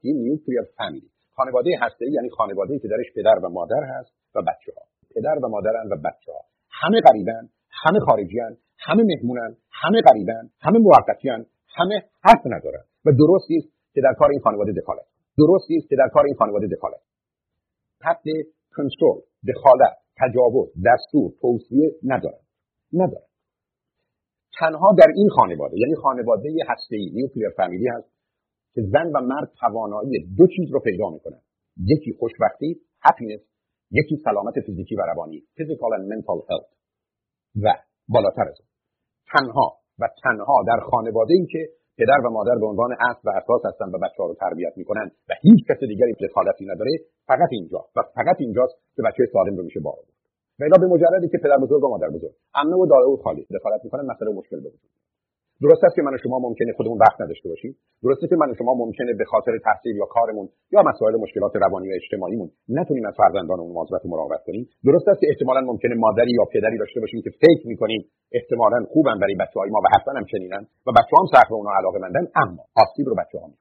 هسته‌ای نیوکلیر فامیلی. خانواده هسته‌ای یعنی خانواده‌ای که درش پدر و مادر هست و بچه‌ها. پدر و مادرن و بچه‌ها. همه غریبن، همه خارجیان، همه مهمونن، همه غریبن، همه موقتیان، همه حق ندارن و درست نیست که در کار این خانواده دخالت. درست نیست که در کار این خانواده دخالت. حق کنترل، دخالت، تجاوز، دستور، توصیه ندارن. تنها در این خانواده، یعنی خانواده هسته‌ای نیوکلیر فامیلی هست که زن و مرد توانایی دو چیز رو پیدا میکنن. یکی خوشبختی، happiness، یکی سلامت فیزیکی و روانی، physical and mental health. و بالاتر از اون تنها در خانواده‌ای که پدر و مادر به عنوان اصل و اساس هستن و بچه‌ها رو تربیت میکنن و هیچ کس دیگری دخالتی نداره، فقط اینجاست که بچه سالم رو میشه بار آورد. و الا به مجردی که پدر بزرگ و مادر بزرگ عمه و دایه و خاله دخالت میکنن، مسئله مشکل به وجود میاد. درست است که من و شما ممکنه خودمون وقت نداشته باشیم. درسته که من و شما ممکنه به خاطر تحصیل یا کارمون یا مسائل مشکلات روانی و اجتماعیمون نتونیم از فرزندانمون مواظبت و مراقبت کنیم. درست است که احتمالاً ممکنه مادری یا پدری داشته باشیم که فکر می‌کنیم احتمالاً خوبن برای بچه‌های ما و حتماً هم چنینن و بچه‌ها هم سخت به اونها علاقه‌مندن، اما آسیب رو بچه‌ها